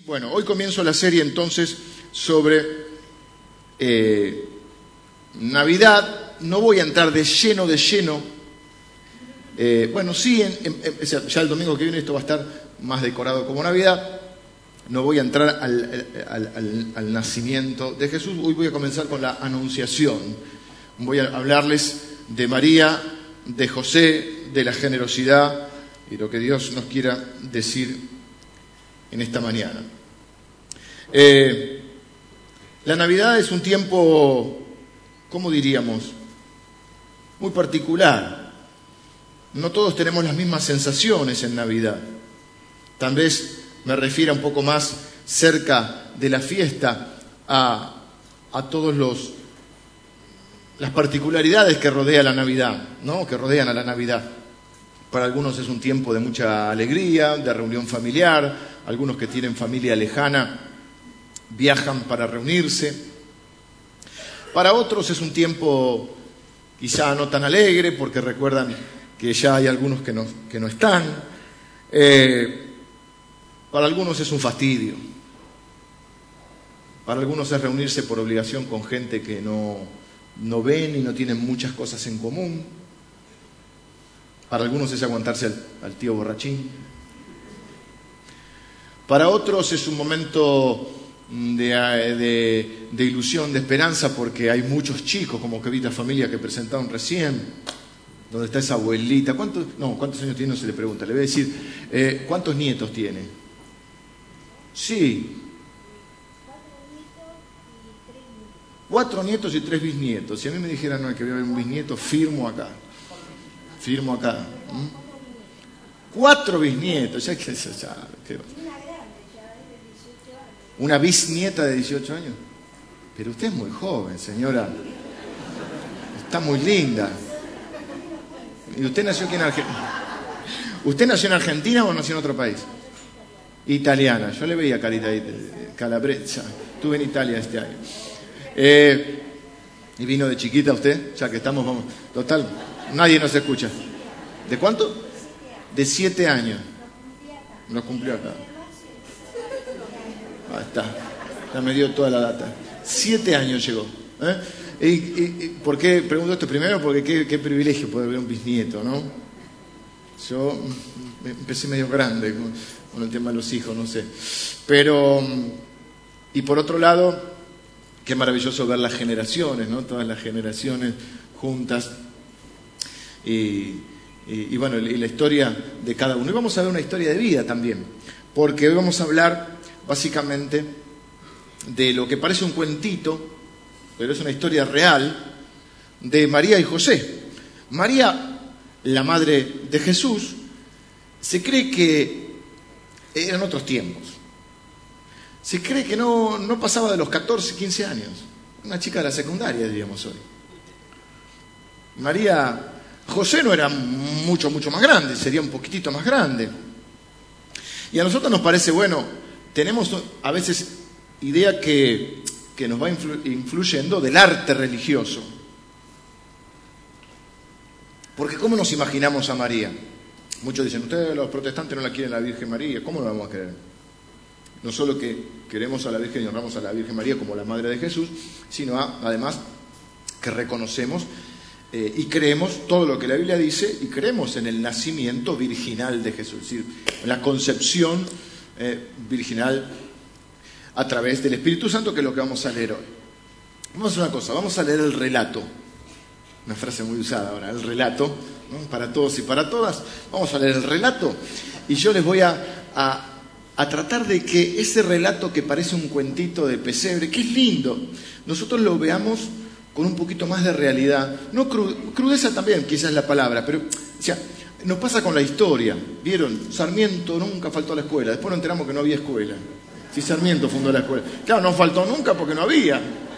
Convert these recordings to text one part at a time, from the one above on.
Bueno, hoy comienzo la serie entonces sobre Navidad. No voy a entrar de lleno. Bueno, sí, ya el domingo que viene esto va a estar más decorado como Navidad. No voy a entrar al nacimiento de Jesús. Hoy voy a comenzar con la anunciación. Voy a hablarles de María, de José, de la generosidad y lo que Dios nos quiera decir en esta mañana. La Navidad es un tiempo, ¿cómo diríamos?, muy particular. No todos tenemos las mismas sensaciones en Navidad. Tal vez me refiera un poco más cerca de la fiesta a todos las particularidades que rodea la Navidad, ¿no? Que rodean a la Navidad. Para algunos es un tiempo de mucha alegría, de reunión familiar. Algunos que tienen familia lejana viajan para reunirse. Para otros es un tiempo quizá no tan alegre porque recuerdan que ya hay algunos que no están. Para algunos es un fastidio. Para algunos es reunirse por obligación con gente que no ven y no tienen muchas cosas en común. Para algunos es aguantarse al tío borrachín. Para otros es un momento de ilusión, de esperanza, porque hay muchos chicos, como que vi la familia que presentaron recién, donde está esa abuelita. ¿Cuántos años tiene? No se le pregunta. Le voy a decir, ¿cuántos nietos tiene? Sí. 4 nietos y 3 bisnietos. Si a mí me dijeran no, que voy a ver un bisnieto, firmo acá. 4 bisnietos. Ya que una bisnieta de 18 años. Pero usted es muy joven, señora. Está muy linda. ¿Y usted nació aquí en Argentina? ¿Usted nació en Argentina o nació en otro país? Italiana. Yo le veía carita calabresa. Estuve en Italia este año. ¿Y vino de chiquita usted? Ya que estamos, vamos. Total, nadie nos escucha. ¿De cuánto? De 7 años. Nos cumplió acá. Ah, está. Ya me dio toda la data. 7 años llegó. ¿Y por qué pregunto esto? Primero, porque qué privilegio poder ver un bisnieto, ¿no? Yo empecé medio grande con el tema de los hijos, no sé. Pero, y por otro lado, qué maravilloso ver las generaciones, ¿no? Todas las generaciones juntas. Y bueno, y la historia de cada uno. Y vamos a ver una historia de vida también, porque hoy vamos a hablar básicamente de lo que parece un cuentito, pero es una historia real, de María y José. María, la madre de Jesús, se cree que eran otros tiempos. Se cree que no pasaba de los 14, 15 años. Una chica de la secundaria, diríamos hoy. José no era mucho más grande, sería un poquitito más grande. Y a nosotros nos parece, bueno, tenemos a veces idea que nos va influyendo del arte religioso. Porque ¿cómo nos imaginamos a María? Muchos dicen, ustedes los protestantes no la quieren a la Virgen María, ¿cómo la vamos a querer? No solo que queremos a la Virgen y honramos a la Virgen María como la Madre de Jesús, sino además que reconocemos y creemos todo lo que la Biblia dice y creemos en el nacimiento virginal de Jesús, es decir, en la concepción virginal a través del Espíritu Santo, que es lo que vamos a leer hoy. Vamos a hacer una cosa, vamos a leer el relato, una frase muy usada ahora, el relato, ¿no? Para todos y para todas. Vamos a leer el relato y yo les voy a tratar de que ese relato que parece un cuentito de pesebre, que es lindo, nosotros lo veamos con un poquito más de realidad. No crudeza también, quizás es la palabra, pero o sea, nos pasa con la historia. ¿Vieron? Sarmiento nunca faltó a la escuela. Después nos enteramos que no había escuela. Si Sarmiento fundó la escuela. Claro, no faltó nunca porque no había.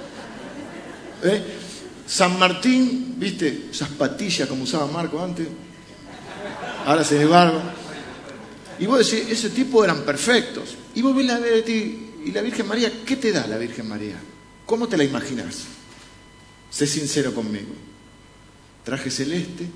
San Martín, ¿viste? Esas patillas como usaba Marco antes. Ahora se de barba. Y vos decís, ese tipo eran perfectos. Y vos ves y la Virgen María, ¿qué te da la Virgen María? ¿Cómo te la imaginás? Sé sincero conmigo. Traje celeste,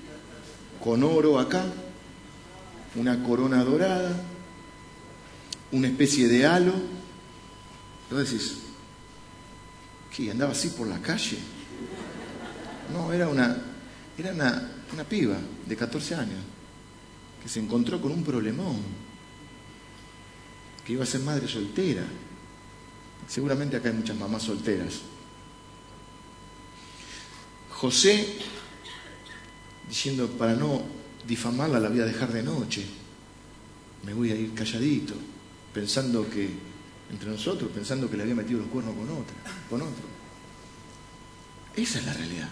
con oro acá, una corona dorada, una especie de halo. Entonces decís, ¿qué? ¿Andaba así por la calle? No, era una piba de 14 años que se encontró con un problemón, que iba a ser madre soltera. Seguramente acá hay muchas mamás solteras. José, diciendo, para no difamarla la voy a dejar de noche, me voy a ir calladito, pensando que, entre nosotros, pensando que le había metido los cuernos con otro. Esa es la realidad.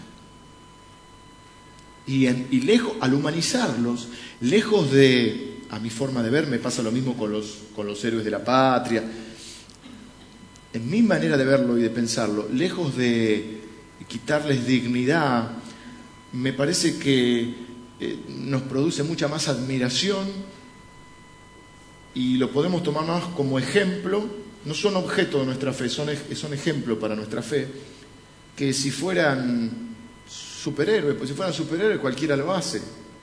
Y lejos, al humanizarlos, lejos de, a mi forma de ver, me pasa lo mismo con los héroes de la patria, en mi manera de verlo y de pensarlo, lejos de quitarles dignidad, me parece que nos produce mucha más admiración y lo podemos tomar más como ejemplo. No son objeto de nuestra fe, son ejemplo para nuestra fe, que si fueran superhéroes, pues si fueran superhéroes cualquiera lo hace.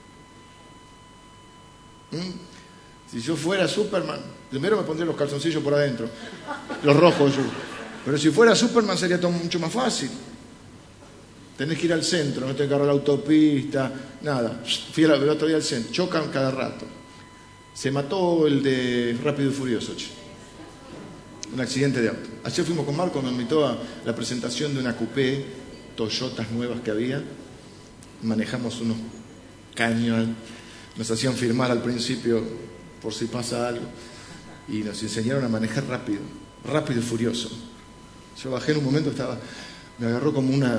Si yo fuera Superman, primero me pondría los calzoncillos por adentro, los rojos, pero si fuera Superman sería todo mucho más fácil. Tenés que ir al centro, no tenés que agarrar la autopista, nada. Fui el otro día al centro, chocan cada rato. Se mató el de Rápido y Furioso, un accidente de auto. Ayer fuimos con Marco, me invitó a la presentación de una coupé Toyotas nuevas que había. Manejamos unos caños, nos hacían firmar al principio por si pasa algo y nos enseñaron a manejar rápido y furioso. Yo bajé en un momento, me agarró como un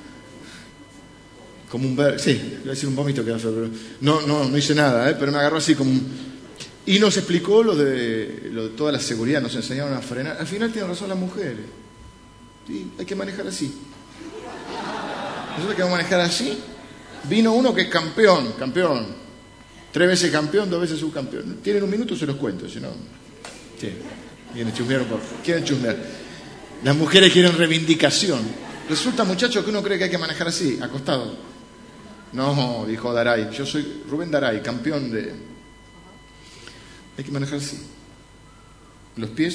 sí, iba a decir un vómito que pero no hice nada, pero me agarró así como y nos explicó lo de toda la seguridad, nos enseñaron a frenar. Al final tienen razón las mujeres, ¿sí? Hay que manejar así. Nosotros queremos manejar así. Vino uno que es campeón, 3 veces campeón, 2 veces subcampeón. Tienen un minuto, se los cuento, si no. Sí, quieren chusmear. Las mujeres quieren reivindicación. Resulta, muchachos, que uno cree que hay que manejar así, acostado. No, dijo Daray, yo soy Rubén Daray, campeón de... Hay que manejar así. Los pies...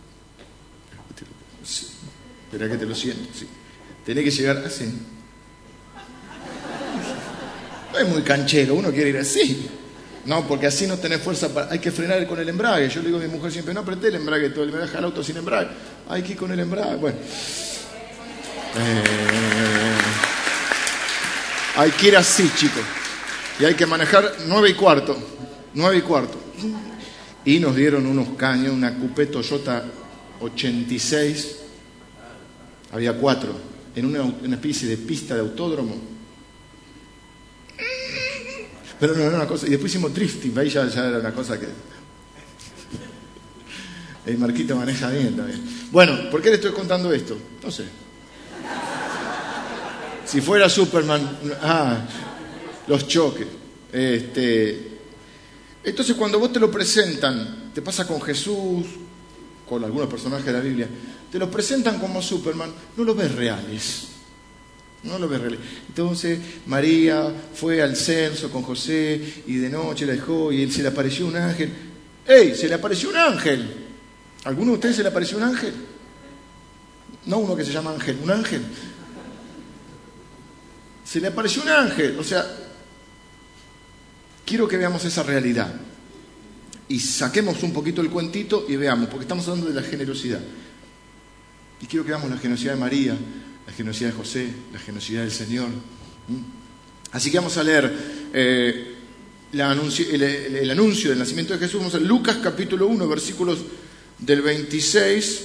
Sí. Espera que te lo siento, sí. Tenés que llegar así. No es muy canchero, uno quiere ir así. No, porque así no tenés fuerza hay que frenar con el embrague. Yo le digo a mi mujer siempre, no apreté el embrague todo, me deja el auto sin embrague. Hay que ir con el embrague. Bueno. Hay que ir así, chicos. Y hay que manejar 9:15. Y nos dieron unos caños, una coupé Toyota 86. Había 4. En una especie de pista de autódromo. Pero no era una cosa. Y después hicimos drifting, ahí ya era una cosa que... El Marquito maneja bien también. Bueno, ¿por qué le estoy contando esto? No sé. Si fuera Superman... los choques. Entonces cuando vos te lo presentan, te pasa con Jesús, con algunos personajes de la Biblia, te los presentan como Superman, no los ves reales. No lo ves real. Entonces María fue al censo con José y de noche la dejó y se le apareció un ángel. ¡Ey! Se le apareció un ángel. ¿Alguno de ustedes se le apareció un ángel? No uno que se llama ángel, un ángel. Se le apareció un ángel. O sea, quiero que veamos esa realidad y saquemos un poquito el cuentito y veamos, porque estamos hablando de la generosidad. Y quiero que veamos la generosidad de María, la generosidad de José, la generosidad del Señor. Así que vamos a leer el anuncio del nacimiento de Jesús. Vamos a Lucas capítulo 1, versículos del 26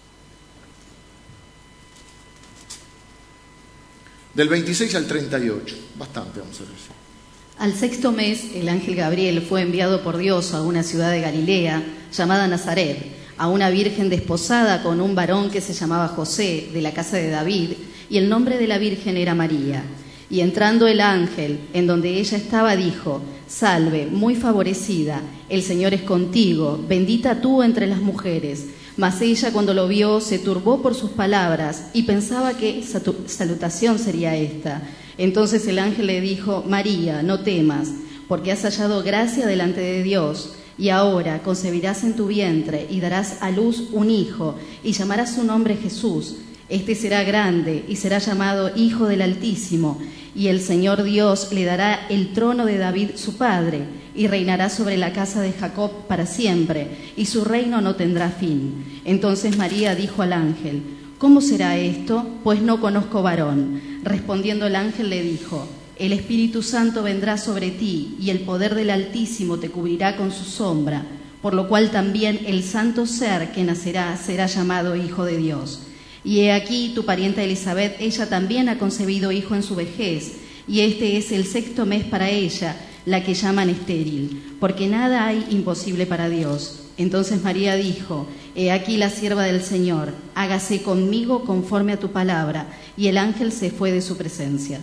al 38. Bastante, vamos a ver. Al 6º mes, el ángel Gabriel fue enviado por Dios a una ciudad de Galilea llamada Nazaret, a una virgen desposada con un varón que se llamaba José, de la casa de David, y el nombre de la virgen era María. Y entrando el ángel en donde ella estaba, dijo: Salve, muy favorecida, el Señor es contigo, bendita tú entre las mujeres. Mas ella, cuando lo vio, se turbó por sus palabras y pensaba qué salutación sería esta. Entonces el ángel le dijo: María, no temas, porque has hallado gracia delante de Dios. Y ahora concebirás en tu vientre y darás a luz un hijo, y llamarás su nombre Jesús. Este será grande y será llamado Hijo del Altísimo, y el Señor Dios le dará el trono de David su padre, y reinará sobre la casa de Jacob para siempre, y su reino no tendrá fin. Entonces María dijo al ángel: ¿Cómo será esto? Pues no conozco varón. Respondiendo el ángel le dijo: El Espíritu Santo vendrá sobre ti, y el poder del Altísimo te cubrirá con su sombra, por lo cual también el santo ser que nacerá será llamado Hijo de Dios. Y he aquí tu parienta Elisabet, ella también ha concebido hijo en su vejez, y este es el 6º mes para ella, la que llaman estéril, porque nada hay imposible para Dios. Entonces María dijo: He aquí la sierva del Señor, hágase conmigo conforme a tu palabra. Y el ángel se fue de su presencia.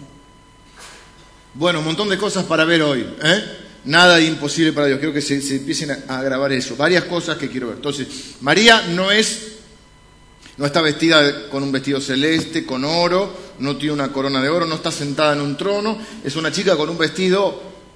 Bueno, un montón de cosas para ver hoy, Nada imposible para Dios. Quiero que se empiecen a grabar eso. Varias cosas que quiero ver. Entonces, María no está vestida con un vestido celeste, con oro, no tiene una corona de oro, no está sentada en un trono. Es una chica con un vestido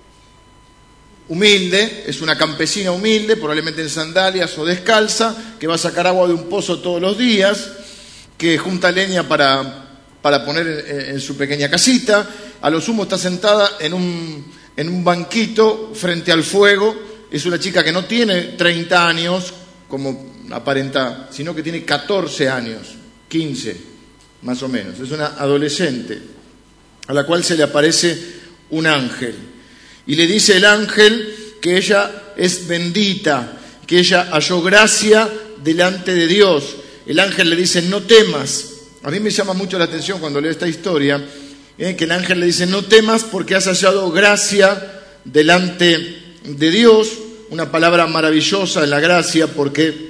humilde, es una campesina humilde, probablemente en sandalias o descalza, que va a sacar agua de un pozo todos los días, que junta leña para poner en su pequeña casita. A lo sumo está sentada en un banquito frente al fuego. Es una chica que no tiene 30 años, como aparenta, sino que tiene 14 años, 15 más o menos. Es una adolescente a la cual se le aparece un ángel y le dice el ángel que ella es bendita, que ella halló gracia delante de Dios. El ángel le dice: no temas. A mí me llama mucho la atención cuando leo esta historia, que el ángel le dice: no temas porque has hallado gracia delante de Dios. Una palabra maravillosa en la gracia, porque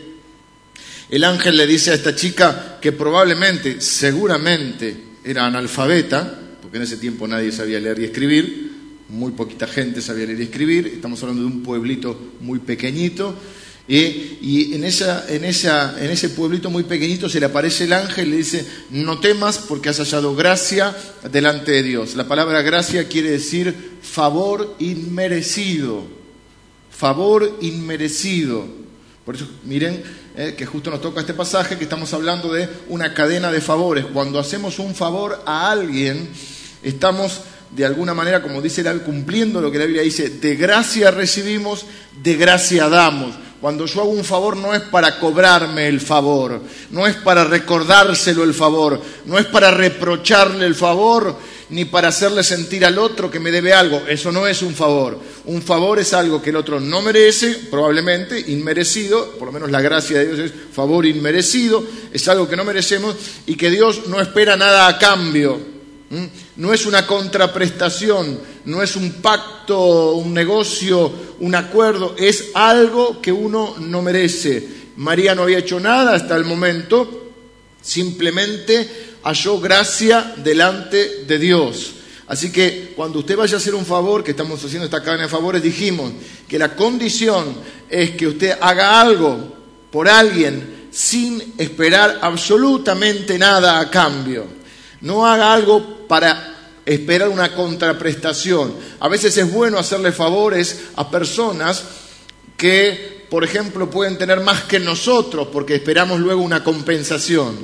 el ángel le dice a esta chica que probablemente, seguramente, era analfabeta, porque en ese tiempo nadie sabía leer y escribir, muy poquita gente sabía leer y escribir, estamos hablando de un pueblito muy pequeñito, y en ese pueblito muy pequeñito se le aparece el ángel y le dice: no temas porque has hallado gracia delante de Dios. La palabra gracia quiere decir favor inmerecido, favor inmerecido. Por eso miren que justo nos toca este pasaje, que estamos hablando de una cadena de favores. Cuando hacemos un favor a alguien, estamos de alguna manera, como dice la Biblia, cumpliendo lo que la Biblia dice: de gracia recibimos, de gracia damos. Cuando yo hago un favor no es para cobrarme el favor, no es para recordárselo el favor, no es para reprocharle el favor, ni para hacerle sentir al otro que me debe algo. Eso no es un favor. Un favor es algo que el otro no merece, probablemente, inmerecido, por lo menos la gracia de Dios es favor inmerecido, es algo que no merecemos y que Dios no espera nada a cambio. No es una contraprestación, no es un pacto, un negocio, un acuerdo, es algo que uno no merece. María no había hecho nada hasta el momento, simplemente halló gracia delante de Dios. Así que cuando usted vaya a hacer un favor, que estamos haciendo esta cadena de favores, dijimos que la condición es que usted haga algo por alguien sin esperar absolutamente nada a cambio. No haga algo para esperar una contraprestación. A veces es bueno hacerle favores a personas que, por ejemplo, pueden tener más que nosotros porque esperamos luego una compensación.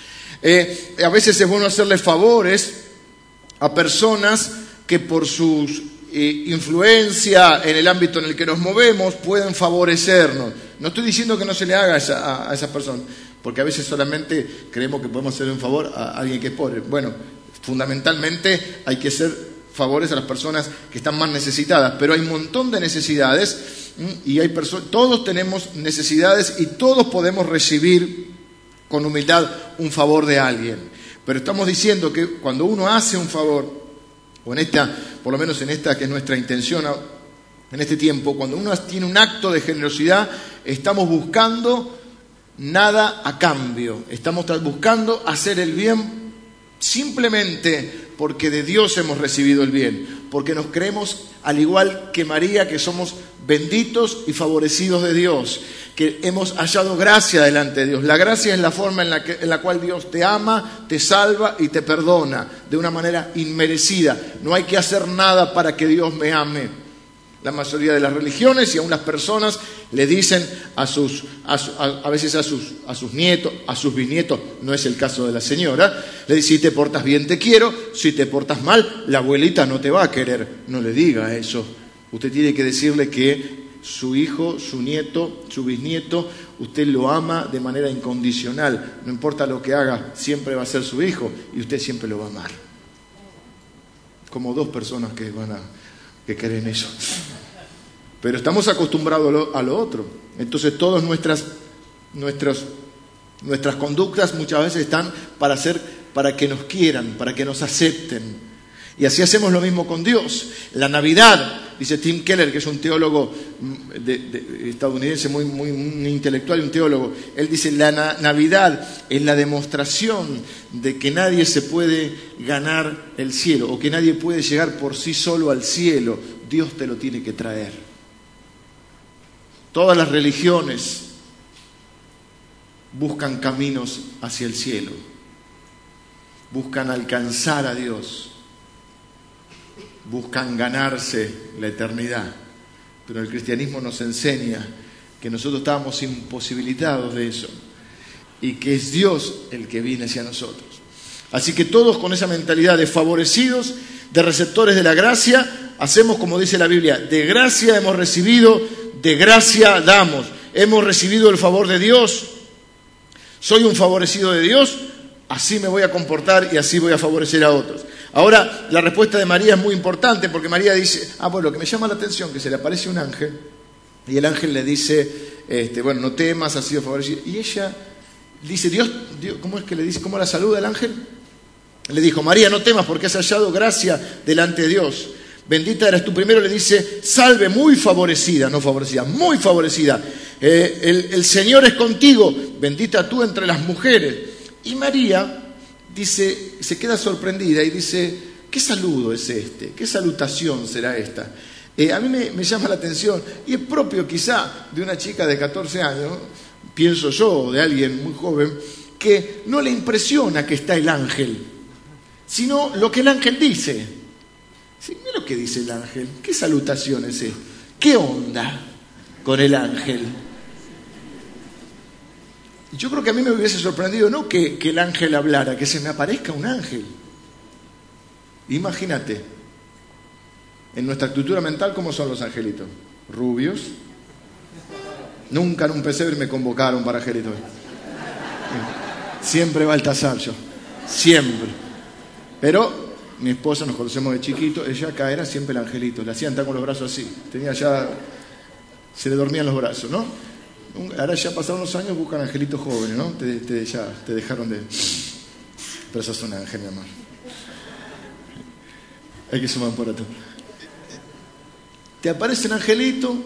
A veces es bueno hacerle favores a personas que por su influencia en el ámbito en el que nos movemos pueden favorecernos. No estoy diciendo que no se le haga a esa persona, porque a veces solamente creemos que podemos hacer un favor a alguien que es pobre. Bueno, fundamentalmente hay que hacer favores a las personas que están más necesitadas, pero hay un montón de necesidades y hay todos tenemos necesidades y todos podemos recibir con humildad un favor de alguien. Pero estamos diciendo que cuando uno hace un favor, o en esta, por lo menos en esta que es nuestra intención en este tiempo, cuando uno tiene un acto de generosidad, estamos buscando nada a cambio. Estamos buscando hacer el bien simplemente porque de Dios hemos recibido el bien, porque nos creemos, al igual que María, que somos benditos y favorecidos de Dios, que hemos hallado gracia delante de Dios. La gracia es la forma en la cual Dios te ama, te salva y te perdona de una manera inmerecida. No hay que hacer nada para que Dios me ame. La mayoría de las religiones y a unas personas le dicen a veces a sus nietos, a sus bisnietos, no es el caso de la señora, le dice: si te portas bien te quiero, si te portas mal la abuelita no te va a querer. No le diga eso. Usted tiene que decirle que su hijo, su nieto, su bisnieto, usted lo ama de manera incondicional. No importa lo que haga, siempre va a ser su hijo y usted siempre lo va a amar. Como dos personas que creen eso. Pero estamos acostumbrados a lo otro. Entonces todas nuestras conductas muchas veces están para que nos quieran, para que nos acepten. Y así hacemos lo mismo con Dios. La Navidad, dice Tim Keller, que es un teólogo estadounidense, muy intelectual y un teólogo, él dice: la Navidad es la demostración de que nadie se puede ganar el cielo, o que nadie puede llegar por sí solo al cielo. Dios te lo tiene que traer. Todas las religiones buscan caminos hacia el cielo, buscan alcanzar a Dios, buscan ganarse la eternidad. Pero el cristianismo nos enseña que nosotros estábamos imposibilitados de eso y que es Dios el que viene hacia nosotros. Así que todos con esa mentalidad de favorecidos, de receptores de la gracia, hacemos como dice la Biblia: de gracia hemos recibido, de gracia damos. Hemos recibido el favor de Dios. Soy un favorecido de Dios, así me voy a comportar y así voy a favorecer a otros. Ahora, la respuesta de María es muy importante, porque María dice: lo que me llama la atención, que se le aparece un ángel, y el ángel le dice, no temas, has sido favorecido. Y ella dice: Dios, ¿cómo es que le dice? ¿Cómo la saluda el ángel? Le dijo: María, no temas, porque has hallado gracia delante de Dios. Bendita eres tú. Primero le dice: salve, muy favorecida, no favorecida, muy favorecida. El Señor es contigo, bendita tú entre las mujeres. Y María dice, se queda sorprendida y dice: ¿qué saludo es este? ¿Qué salutación será esta? A mí me llama la atención, y es propio quizá de una chica de 14 años, pienso yo, de alguien muy joven, que no le impresiona que está el ángel, sino lo que el ángel dice. Sí, mira lo que dice el ángel. ¿Qué salutación es esta? ¿Qué onda con el ángel? Yo creo que a mí me hubiese sorprendido no que el ángel hablara, que se me aparezca un ángel. Imagínate, en nuestra estructura mental, ¿cómo son los angelitos? Rubios. Nunca en un pesebre me convocaron para angelitos. Siempre Baltasar yo, siempre. Pero mi esposa, nos conocemos de chiquito, ella acá era siempre el angelito, le hacían estar con los brazos así, se le dormían los brazos, ¿no? Ahora ya pasaron unos años, buscan angelitos jóvenes, ¿no? Ya te dejaron de... Pero sos un ángel, mi amor. Hay que sumar por otro. Te aparece un angelito,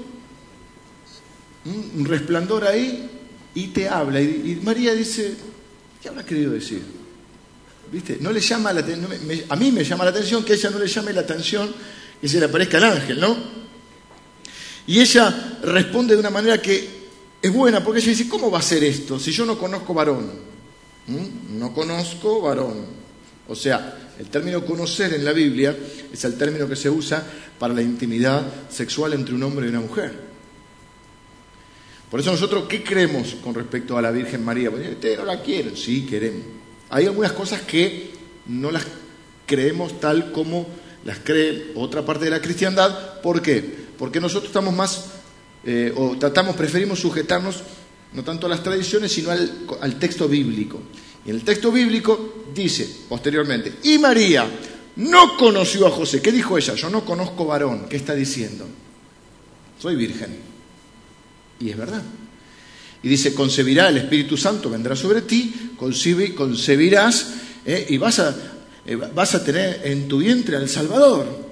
un resplandor ahí, y te habla. Y María dice: ¿qué habrá querido decir? ¿Viste? No le llama la atención. A mí me llama la atención que a ella no le llame la atención que se le aparezca el ángel, ¿no? Y ella responde de una manera que es buena, porque ella dice: ¿cómo va a ser esto si yo no conozco varón? No conozco varón. O sea, el término conocer en la Biblia es el término que se usa para la intimidad sexual entre un hombre y una mujer. Por eso nosotros, ¿qué creemos con respecto a la Virgen María? Porque ustedes no la quieren. Sí, queremos. Hay algunas cosas que no las creemos tal como las cree otra parte de la cristiandad. ¿Por qué? Porque nosotros estamos más, preferimos sujetarnos no tanto a las tradiciones, sino al texto bíblico. Y en el texto bíblico dice posteriormente: y María no conoció a José. ¿Qué dijo ella? Yo no conozco varón. ¿Qué está diciendo? Soy virgen. Y es verdad. Y dice: concebirá, el Espíritu Santo vendrá sobre ti, concebirás, y vas a tener en tu vientre al Salvador.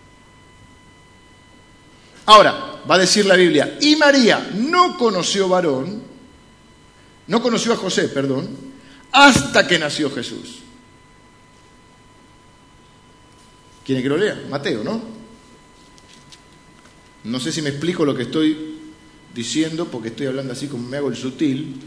Ahora, va a decir la Biblia: y María no conoció a José, hasta que nació Jesús. ¿Quieren que lo lea? Mateo, ¿no? No sé si me explico lo que estoy diciendo, porque estoy hablando así como me hago el sutil.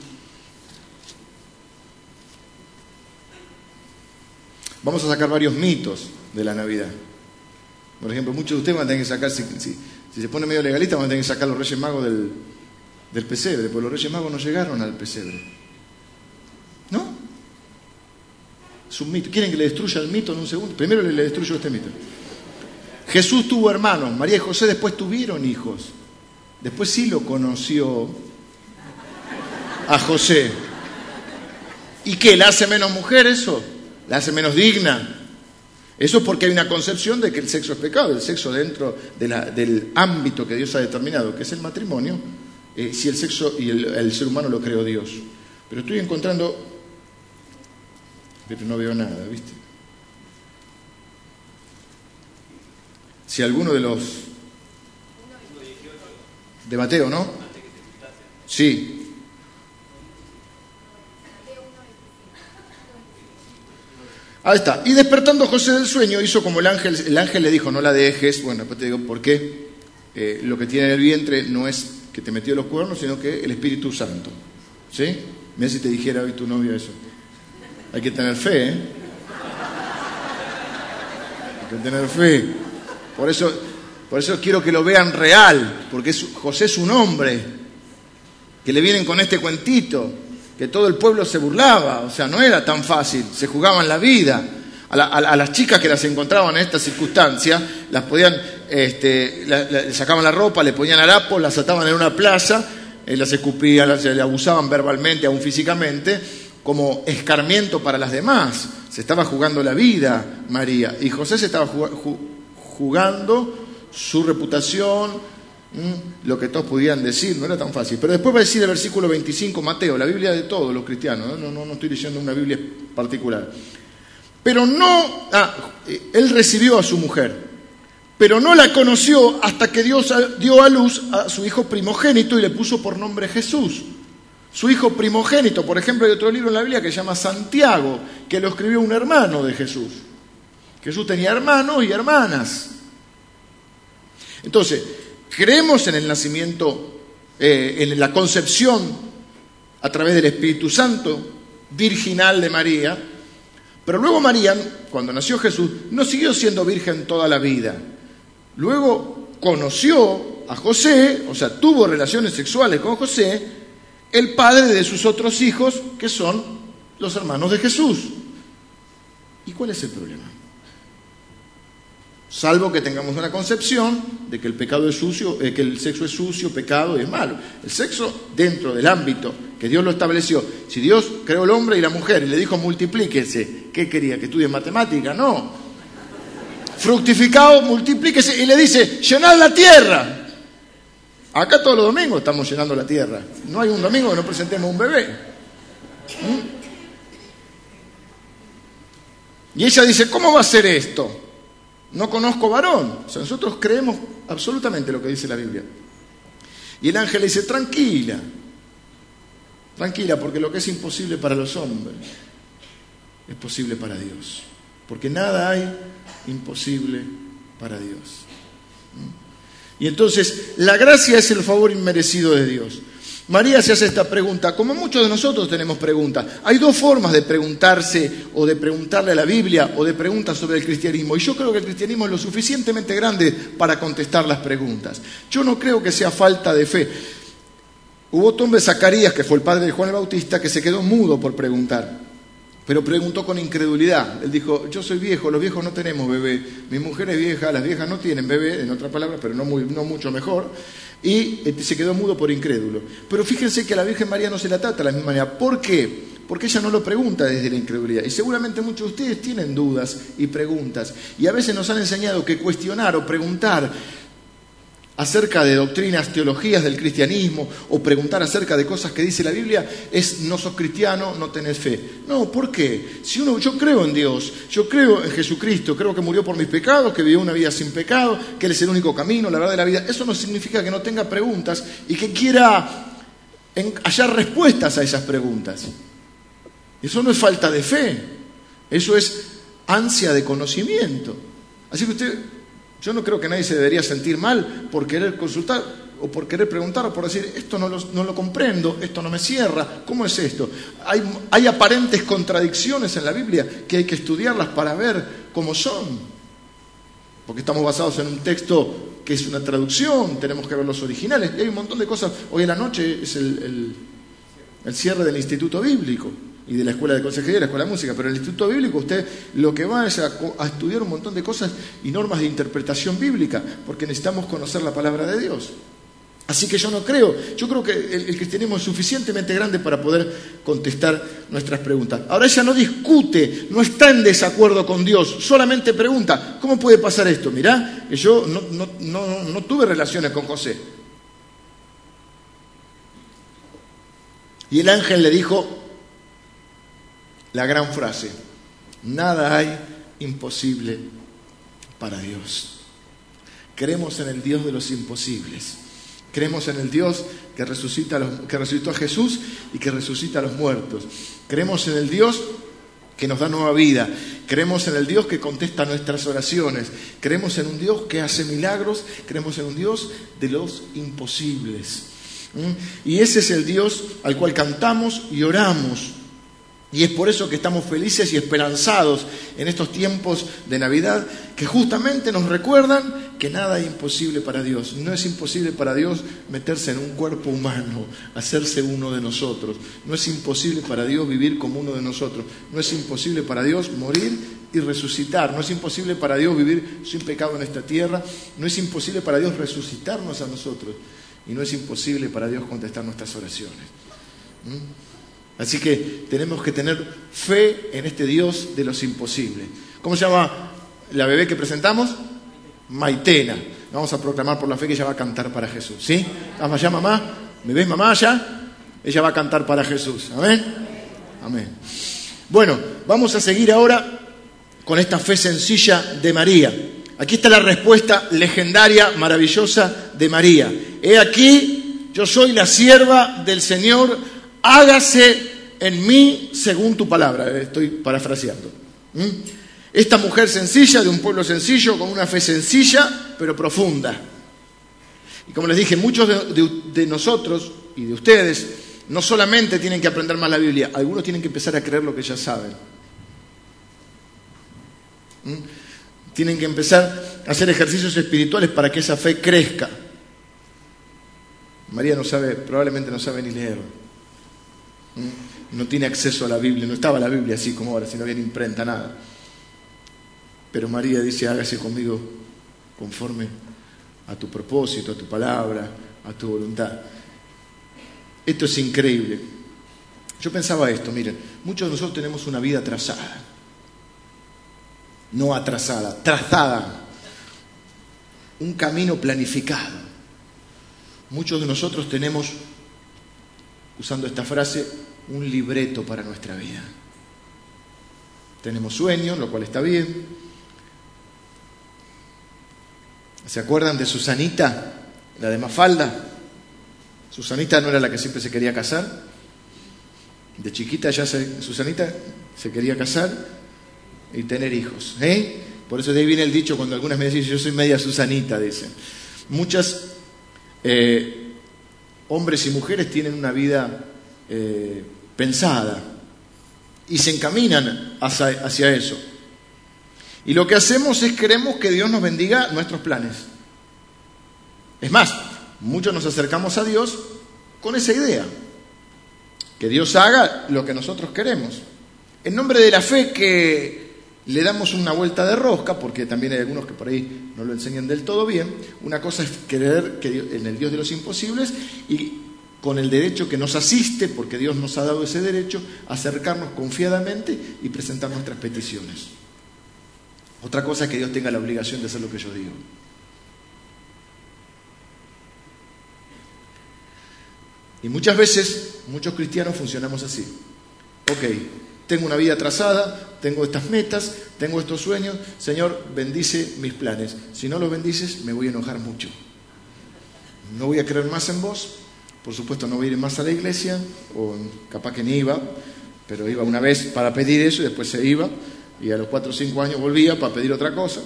Vamos a sacar varios mitos de la Navidad. Por ejemplo, muchos de ustedes van a tener que sacar, si Si se pone medio legalista, van a tener que sacar los Reyes Magos del pesebre, porque los Reyes Magos no llegaron al pesebre. ¿No? Es un mito. ¿Quieren que le destruya el mito en un segundo? Primero le destruyo este mito. Jesús tuvo hermanos, María y José después tuvieron hijos. Después sí lo conoció a José. ¿Y qué? ¿La hace menos mujer eso? ¿La hace menos digna? Eso es porque hay una concepción de que el sexo es pecado, el sexo dentro del ámbito que Dios ha determinado, que es el matrimonio, si el sexo y el ser humano lo creó Dios. Pero estoy encontrando, pero no veo nada, ¿viste? Si alguno de los... de Mateo, ¿no? Sí. Ahí está. Y despertando José del sueño, hizo como el ángel le dijo, no la dejes. Bueno, después te digo por qué. Lo que tiene en el vientre no es que te metió los cuernos, sino que el Espíritu Santo. ¿Sí? Mira si te dijera hoy tu novio eso. Hay que tener fe, ¿eh? Hay que tener fe. Por eso quiero que lo vean real, porque José es un hombre, que le vienen con este cuentito, que todo el pueblo se burlaba, o sea, no era tan fácil, se jugaban la vida. A las chicas que las encontraban en esta circunstancia, las podían, le sacaban la ropa, le ponían harapos, las ataban en una plaza, las escupían, le abusaban verbalmente, aún físicamente, como escarmiento para las demás. Se estaba jugando la vida María, y José se estaba jugando su reputación, lo que todos podían decir, no era tan fácil. Pero después va a decir el versículo 25, Mateo, la Biblia de todos los cristianos, no estoy leyendo una Biblia particular. Pero no, él recibió a su mujer, pero no la conoció hasta que Dios dio a luz a su hijo primogénito y le puso por nombre Jesús. Su hijo primogénito, por ejemplo, hay otro libro en la Biblia que se llama Santiago, que lo escribió un hermano de Jesús. Jesús tenía hermanos y hermanas. Entonces, creemos en el nacimiento, en la concepción a través del Espíritu Santo, virginal de María, pero luego María, cuando nació Jesús, no siguió siendo virgen toda la vida. Luego conoció a José, o sea, tuvo relaciones sexuales con José, el padre de sus otros hijos, que son los hermanos de Jesús. ¿Y cuál es el problema? Salvo que tengamos una concepción de que el pecado es sucio, que el sexo es sucio, pecado y es malo. El sexo dentro del ámbito que Dios lo estableció. Si Dios creó el hombre y la mujer y le dijo multiplíquese, ¿qué quería? ¿Que estudie matemática? No. Fructificado, multiplíquese y le dice, llenad la tierra. Acá todos los domingos estamos llenando la tierra. No hay un domingo que no presentemos un bebé. Y ella dice, ¿cómo va a ser esto? No conozco varón. O sea, nosotros creemos absolutamente lo que dice la Biblia. Y el ángel le dice, tranquila, porque lo que es imposible para los hombres es posible para Dios. Porque nada hay imposible para Dios. Y entonces, la gracia es el favor inmerecido de Dios. María se hace esta pregunta, como muchos de nosotros tenemos preguntas. Hay dos formas de preguntarse o de preguntarle a la Biblia o de preguntas sobre el cristianismo. Y yo creo que el cristianismo es lo suficientemente grande para contestar las preguntas. Yo no creo que sea falta de fe. Hubo otro hombre, Zacarías, que fue el padre de Juan el Bautista, que se quedó mudo por preguntar. Pero preguntó con incredulidad. Él dijo, yo soy viejo, los viejos no tenemos bebé. Mi mujer es vieja, las viejas no tienen bebé, en otras palabras, pero no mucho mejor. Y se quedó mudo por incrédulo. Pero fíjense que a la Virgen María no se la trata de la misma manera. ¿Por qué? Porque ella no lo pregunta desde la incredulidad. Y seguramente muchos de ustedes tienen dudas y preguntas. Y a veces nos han enseñado que cuestionar o preguntar acerca de doctrinas, teologías del cristianismo, o preguntar acerca de cosas que dice la Biblia, es no sos cristiano, no tenés fe. No, ¿por qué? Yo creo en Dios, yo creo en Jesucristo, creo que murió por mis pecados, que vivió una vida sin pecado, que Él es el único camino, la verdad de la vida. Eso no significa que no tenga preguntas y que quiera hallar respuestas a esas preguntas. Eso no es falta de fe, eso es ansia de conocimiento. Así que yo no creo que nadie se debería sentir mal por querer consultar o por querer preguntar o por decir, esto no lo comprendo, esto no me cierra, ¿cómo es esto? Hay aparentes contradicciones en la Biblia que hay que estudiarlas para ver cómo son. porque estamos basados en un texto que es una traducción, tenemos que ver los originales, y hay un montón de cosas. Hoy en la noche es el cierre del Instituto Bíblico y de la Escuela de Consejería, la Escuela de Música, pero en el Instituto Bíblico usted lo que va es a estudiar un montón de cosas y normas de interpretación bíblica, porque necesitamos conocer la palabra de Dios. Así que yo creo que el cristianismo es suficientemente grande para poder contestar nuestras preguntas. Ahora ella no discute, no está en desacuerdo con Dios, solamente pregunta, ¿cómo puede pasar esto? Mirá, que yo no tuve relaciones con José. Y el ángel le dijo la gran frase, nada hay imposible para Dios. Creemos en el Dios de los imposibles. Creemos en el Dios que resucitó a Jesús y que resucita a los muertos. Creemos en el Dios que nos da nueva vida. Creemos en el Dios que contesta nuestras oraciones. Creemos en un Dios que hace milagros. Creemos en un Dios de los imposibles. Y ese es el Dios al cual cantamos y oramos. Y es por eso que estamos felices y esperanzados en estos tiempos de Navidad, que justamente nos recuerdan que nada es imposible para Dios. No es imposible para Dios meterse en un cuerpo humano, hacerse uno de nosotros. No es imposible para Dios vivir como uno de nosotros. No es imposible para Dios morir y resucitar. No es imposible para Dios vivir sin pecado en esta tierra. No es imposible para Dios resucitarnos a nosotros. Y no es imposible para Dios contestar nuestras oraciones. Así que tenemos que tener fe en este Dios de los imposibles. ¿Cómo se llama la bebé que presentamos? Maitena. Vamos a proclamar por la fe que ella va a cantar para Jesús. ¿Sí? ¿Vamos allá, mamá? ¿Me ves, mamá, allá? Ella va a cantar para Jesús. ¿Amén? Amén. Bueno, vamos a seguir ahora con esta fe sencilla de María. Aquí está la respuesta legendaria, maravillosa de María. He aquí, yo soy la sierva del Señor, hágase en mí según tu palabra. Estoy parafraseando. Esta mujer sencilla, de un pueblo sencillo, con una fe sencilla, pero profunda. Y como les dije, muchos de nosotros y de ustedes no solamente tienen que aprender más la Biblia, algunos tienen que empezar a creer lo que ya saben. Tienen que empezar a hacer ejercicios espirituales para que esa fe crezca. María probablemente no sabe ni leer. No tiene acceso a la Biblia, no estaba la Biblia así como ahora, si no había imprenta, nada. Pero María dice, hágase conmigo conforme a tu propósito, a tu palabra, a tu voluntad. Esto es increíble. Yo pensaba esto, miren, muchos de nosotros tenemos una vida trazada. No atrasada, trazada. Un camino planificado. Muchos de nosotros tenemos, usando esta frase, un libreto para nuestra vida. Tenemos sueños, lo cual está bien. ¿Se acuerdan de Susanita, la de Mafalda? Susanita no era la que siempre se quería casar. De chiquita Susanita se quería casar y tener hijos. Por eso de ahí viene el dicho cuando algunas me dicen, yo soy media Susanita, dicen. Muchas hombres y mujeres tienen una vida pensada y se encaminan hacia eso. Y lo que hacemos es queremos que Dios nos bendiga nuestros planes. Es más, muchos nos acercamos a Dios con esa idea, que Dios haga lo que nosotros queremos. En nombre de la fe que le damos una vuelta de rosca, porque también hay algunos que por ahí no lo enseñan del todo bien. Una cosa es creer en el Dios de los imposibles y con el derecho que nos asiste, porque Dios nos ha dado ese derecho, acercarnos confiadamente y presentar nuestras peticiones. Otra cosa es que Dios tenga la obligación de hacer lo que yo digo. Y muchas veces, muchos cristianos funcionamos así. Ok, tengo una vida trazada, tengo estas metas, tengo estos sueños. Señor, bendice mis planes. Si no los bendices, me voy a enojar mucho. No voy a creer más en vos. Por supuesto, no voy a ir más a la iglesia, o capaz que ni iba, pero iba una vez para pedir eso y después se iba. Y a los 4 o 5 años volvía para pedir otra cosa.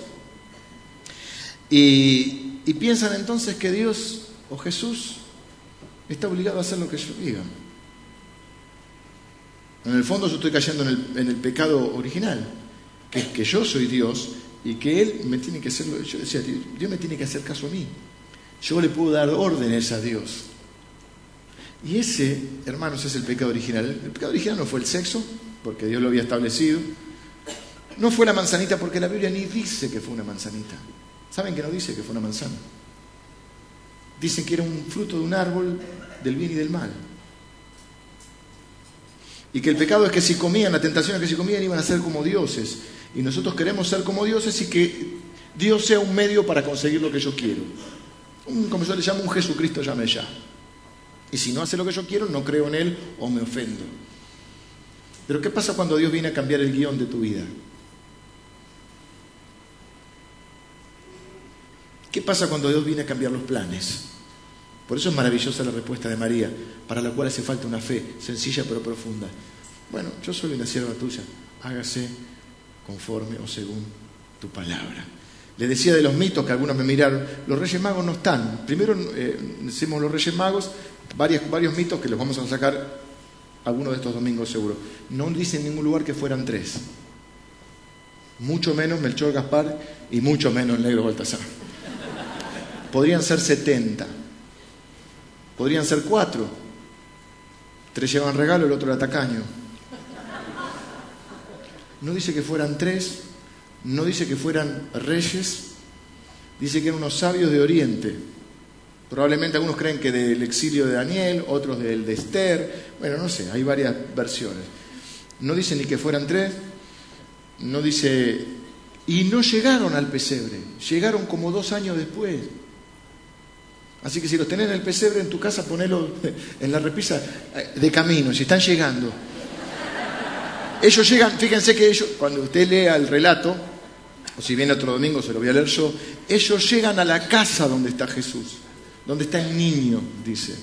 Y piensan entonces que Dios o Jesús está obligado a hacer lo que yo diga. En el fondo yo estoy cayendo en el pecado original, que es que yo soy Dios y que Él me tiene que hacer, yo decía, Dios me tiene que hacer caso a mí. Yo le puedo dar órdenes a Dios. Y ese, hermanos, es el pecado original. El pecado original no fue el sexo, porque Dios lo había establecido. No fue la manzanita, porque la Biblia ni dice que fue una manzanita. ¿Saben que no dice que fue una manzana? Dicen que era un fruto de un árbol del bien y del mal. Y que el pecado es que si comían, la tentación es que si comían iban a ser como dioses. Y nosotros queremos ser como dioses y que Dios sea un medio para conseguir lo que yo quiero. Como yo le llamo, un Jesucristo llame ya. Y si no hace lo que yo quiero, no creo en Él o me ofendo. Pero ¿qué pasa cuando Dios viene a cambiar el guión de tu vida? ¿Qué pasa cuando Dios viene a cambiar los planes? Por eso es maravillosa la respuesta de María, para la cual hace falta una fe sencilla pero profunda. Bueno, yo soy una sierva tuya, hágase conforme o según tu palabra. Les decía de los mitos que algunos me miraron, los Reyes Magos no están. Primero decimos los Reyes Magos, varios mitos que los vamos a sacar algunos de estos domingos seguro. No dice en ningún lugar que fueran 3. Mucho menos Melchor, Gaspar y mucho menos el negro Baltasar. Podrían ser 70. Podrían ser 4. 3 llevan regalo, el otro era tacaño. No dice que fueran 3, no dice que fueran reyes, dice que eran unos sabios de Oriente. Probablemente algunos creen que del exilio de Daniel, otros del de Esther. Bueno, no sé, hay varias versiones. No dice ni que fueran 3, no dice... Y no llegaron al pesebre, llegaron como 2 años después. Así que si los tenés en el pesebre en tu casa, ponelo en la repisa de camino, si están llegando. Ellos llegan, fíjense que ellos, cuando usted lea el relato, o si viene otro domingo se lo voy a leer yo, ellos llegan a la casa donde está Jesús, donde está el niño, dice.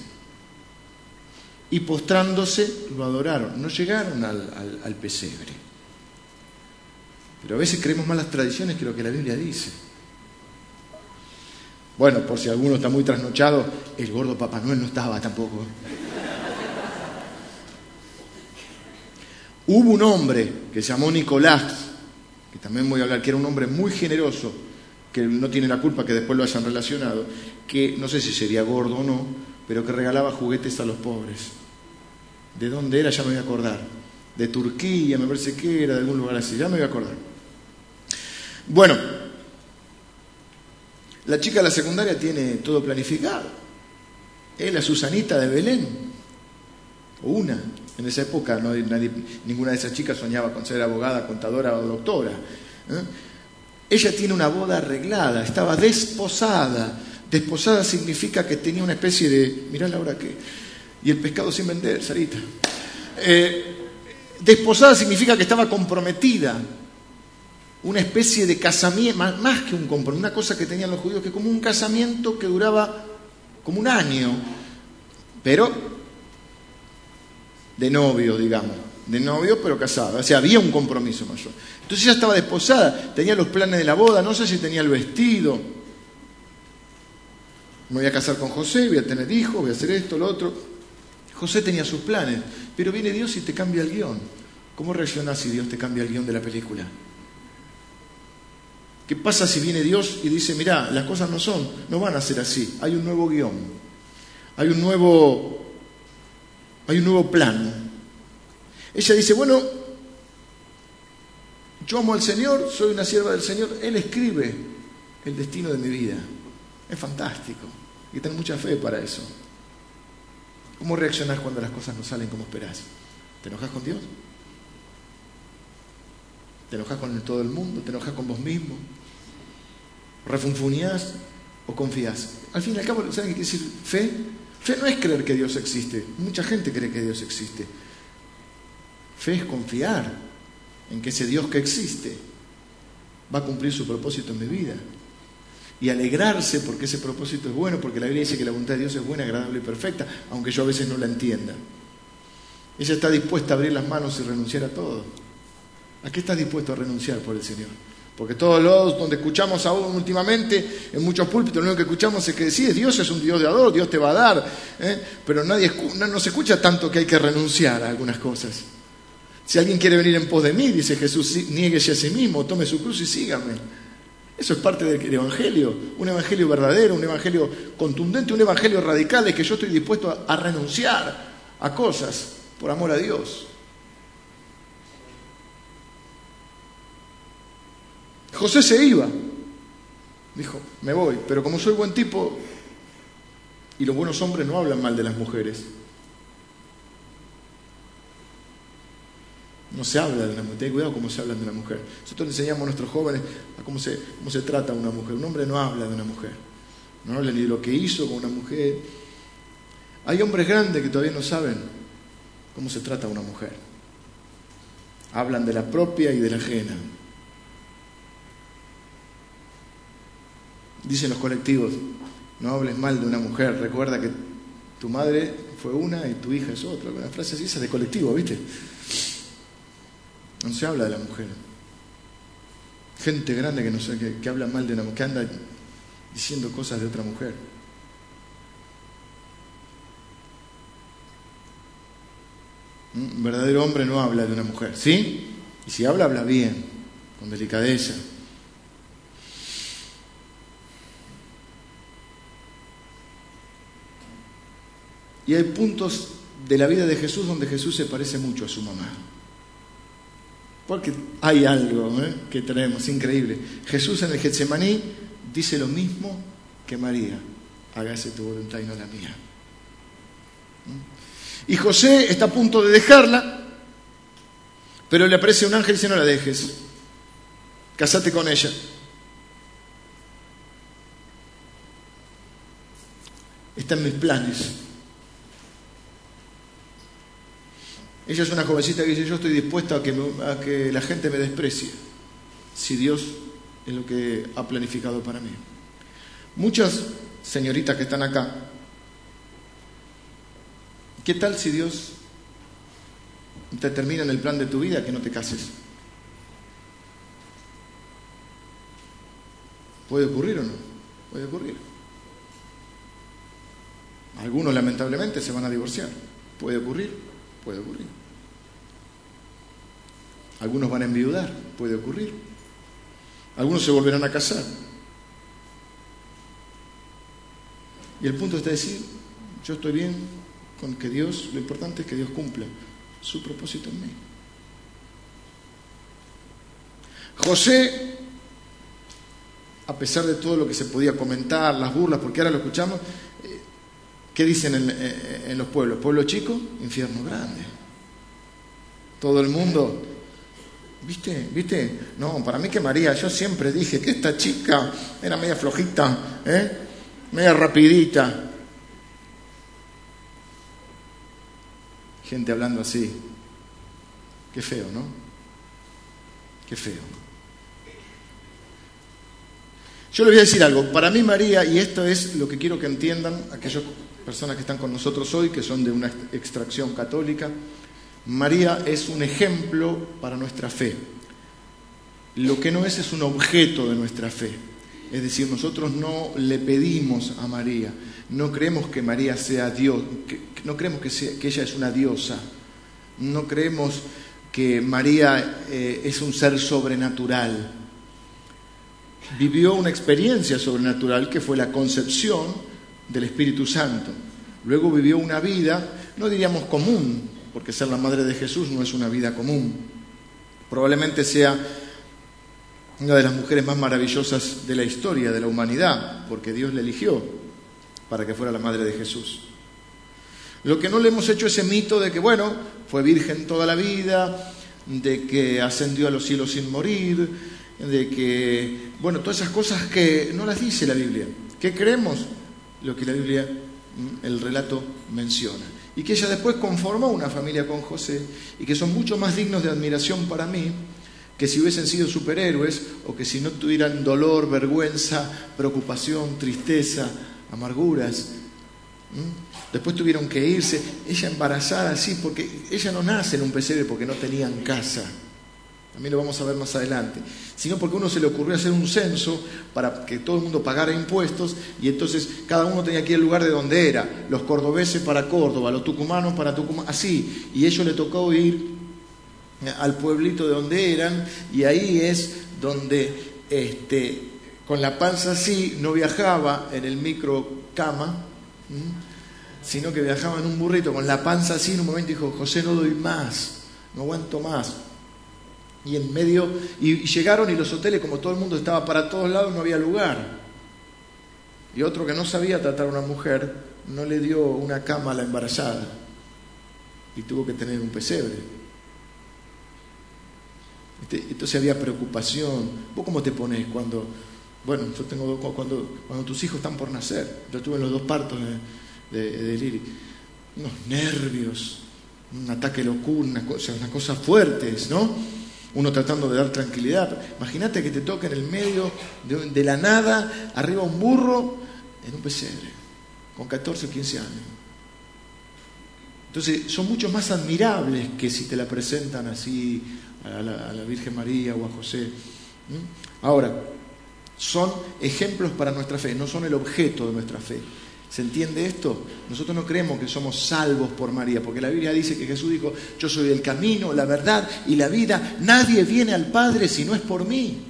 Y postrándose lo adoraron, no llegaron al pesebre. Pero a veces creemos más las tradiciones que lo que la Biblia dice. Bueno, por si alguno está muy trasnochado, el gordo Papá Noel no estaba tampoco. Hubo un hombre que se llamó Nicolás, que también voy a hablar, que era un hombre muy generoso, que no tiene la culpa que después lo hayan relacionado, que no sé si sería gordo o no, pero que regalaba juguetes a los pobres. ¿De dónde era? Ya me voy a acordar. De Turquía, me parece que era, de algún lugar así, ya me voy a acordar. Bueno, la chica de la secundaria tiene todo planificado. Es la Susanita de Belén, o una. En esa época ninguna de esas chicas soñaba con ser abogada, contadora o doctora. Ella tiene una boda arreglada, estaba desposada. Desposada significa que tenía una especie de... Mirá la hora que... Y el pescado sin vender, Sarita. Desposada significa que estaba comprometida. Una especie de casamiento, más que un compromiso, una cosa que tenían los judíos, que como un casamiento que duraba como un año, pero de novio, digamos, de novio pero casada, o sea, había un compromiso mayor. Entonces ella estaba desposada, tenía los planes de la boda, no sé si tenía el vestido. Me voy a casar con José, voy a tener hijos, voy a hacer esto, lo otro. José tenía sus planes, pero viene Dios y te cambia el guión. ¿Cómo reaccionás si Dios te cambia el guión de la película? ¿Qué pasa si viene Dios y dice, mirá, las cosas no van a ser así, hay un nuevo guión, hay un nuevo plan? Ella dice, bueno, yo amo al Señor, soy una sierva del Señor, Él escribe el destino de mi vida. Es fantástico, hay que tener mucha fe para eso. ¿Cómo reaccionás cuando las cosas no salen como esperás? ¿Te enojas con Dios? ¿Te enojas con todo el mundo? ¿Te enojas con vos mismo? ¿Refunfuñás o confías? Al fin y al cabo, ¿saben qué quiere decir fe? Fe no es creer que Dios existe. Mucha gente cree que Dios existe. Fe es confiar en que ese Dios que existe va a cumplir su propósito en mi vida. Y alegrarse porque ese propósito es bueno, porque la Biblia dice que la voluntad de Dios es buena, agradable y perfecta, aunque yo a veces no la entienda. Ella está dispuesta a abrir las manos y renunciar a todo. ¿A qué estás dispuesto a renunciar por el Señor? Porque todos los donde escuchamos aún últimamente, en muchos púlpitos, lo único que escuchamos es que sí, Dios es un Dios de ador, Dios te va a dar, pero no se escucha tanto que hay que renunciar a algunas cosas. Si alguien quiere venir en pos de mí, dice Jesús, niéguese a sí mismo, tome su cruz y sígame. Eso es parte del Evangelio, un Evangelio verdadero, un Evangelio contundente, un Evangelio radical, es que yo estoy dispuesto a renunciar a cosas por amor a Dios. José se iba, dijo, me voy, pero como soy buen tipo, y los buenos hombres no hablan mal de las mujeres. No se habla de una mujer, ten cuidado cómo se habla de una mujer. Nosotros le enseñamos a nuestros jóvenes a cómo se trata a una mujer. Un hombre no habla de una mujer, no habla ni de lo que hizo con una mujer. Hay hombres grandes que todavía no saben cómo se trata a una mujer. Hablan de la propia y de la ajena. Dicen los colectivos, no hables mal de una mujer, recuerda que tu madre fue una y tu hija es otra. Una frase así, esa de colectivo, ¿viste? No se habla de la mujer. Gente grande que no sé, que habla mal de una mujer, que anda diciendo cosas de otra mujer. Un verdadero hombre no habla de una mujer, ¿sí? Y si habla, habla bien, con delicadeza. Y hay puntos de la vida de Jesús donde Jesús se parece mucho a su mamá. Porque hay algo que tenemos, increíble. Jesús en el Getsemaní dice lo mismo que María. Hágase tu voluntad y no la mía. Y José está a punto de dejarla, pero le aparece un ángel y dice, no la dejes. Casate con ella. Está en mis planes. Ella es una jovencita que dice, yo estoy dispuesta a que la gente me desprecie, si Dios es lo que ha planificado para mí. Muchas señoritas que están acá, ¿qué tal si Dios te termina en el plan de tu vida que no te cases? ¿Puede ocurrir o no? Puede ocurrir. Algunos lamentablemente se van a divorciar. ¿Puede ocurrir? Puede ocurrir. Algunos van a enviudar, puede ocurrir. Algunos se volverán a casar. Y el punto está decir, yo estoy bien con que Dios, lo importante es que Dios cumpla su propósito en mí. José, a pesar de todo lo que se podía comentar, las burlas, porque ahora lo escuchamos, ¿qué dicen en los pueblos? Pueblo chico, infierno grande. Todo el mundo, ¿viste? No, para mí que María, yo siempre dije que esta chica era media flojita, media rapidita. Gente hablando así. Qué feo, ¿no? Qué feo. Yo les voy a decir algo. Para mí María, y esto es lo que quiero que entiendan aquellas personas que están con nosotros hoy, que son de una extracción católica, María es un ejemplo para nuestra fe. Lo que no es un objeto de nuestra fe. Es decir, nosotros no le pedimos a María, no creemos que María sea Dios, no creemos que ella es una diosa, no creemos que María es un ser sobrenatural. Vivió una experiencia sobrenatural que fue la concepción del Espíritu Santo. Luego vivió una vida, no diríamos común, porque ser la madre de Jesús no es una vida común. Probablemente sea una de las mujeres más maravillosas de la historia de la humanidad, porque Dios la eligió para que fuera la madre de Jesús. Lo que no le hemos hecho ese mito de que, bueno, fue virgen toda la vida, de que ascendió a los cielos sin morir, de que, bueno, todas esas cosas que no las dice la Biblia. ¿Qué creemos? Lo que la Biblia, el relato menciona. Y que ella después conformó una familia con José y que son mucho más dignos de admiración para mí que si hubiesen sido superhéroes o que si no tuvieran dolor, vergüenza, preocupación, tristeza, amarguras. Después tuvieron que irse, ella embarazada así, porque ella no nace en un pesebre porque no tenían casa. También lo vamos a ver más adelante. Sino porque a uno se le ocurrió hacer un censo para que todo el mundo pagara impuestos y entonces cada uno tenía que ir al lugar de donde era. Los cordobeses para Córdoba, los tucumanos para Tucumán, así. Y a ellos le tocó ir al pueblito de donde eran y ahí es donde con la panza así, no viajaba en el microcama, sino que viajaba en un burrito con la panza así. En un momento dijo: José, no doy más, no aguanto más. Y en medio, y llegaron, y los hoteles, como todo el mundo estaba para todos lados, no había lugar. Y otro que no sabía tratar a una mujer, no le dio una cama a la embarazada y tuvo que tener un pesebre. Entonces había preocupación. ¿Vos cómo te pones cuando, bueno, yo tengo cuando tus hijos están por nacer? Yo estuve en los 2 partos de Lili. Unos nervios, un ataque de locura, unas cosas fuertes, ¿no? Uno tratando de dar tranquilidad. Imagínate que te toque en el medio de la nada, arriba un burro, en un pesebre, con 14 o 15 años. Entonces son mucho más admirables que si te la presentan así a la Virgen María o a José. Ahora, son ejemplos para nuestra fe, no son el objeto de nuestra fe. ¿Se entiende esto? Nosotros no creemos que somos salvos por María, porque la Biblia dice que Jesús dijo: yo soy el camino, la verdad y la vida. Nadie viene al Padre si no es por mí.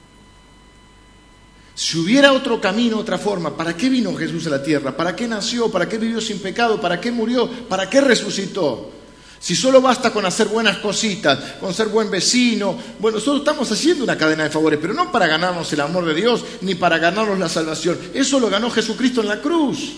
Si hubiera otro camino, otra forma, ¿para qué vino Jesús a la tierra? ¿Para qué nació? ¿Para qué vivió sin pecado? ¿Para qué murió? ¿Para qué resucitó? Si solo basta con hacer buenas cositas, con ser buen vecino. Bueno, nosotros estamos haciendo una cadena de favores, pero no para ganarnos el amor de Dios, ni para ganarnos la salvación. Eso lo ganó Jesucristo en la cruz.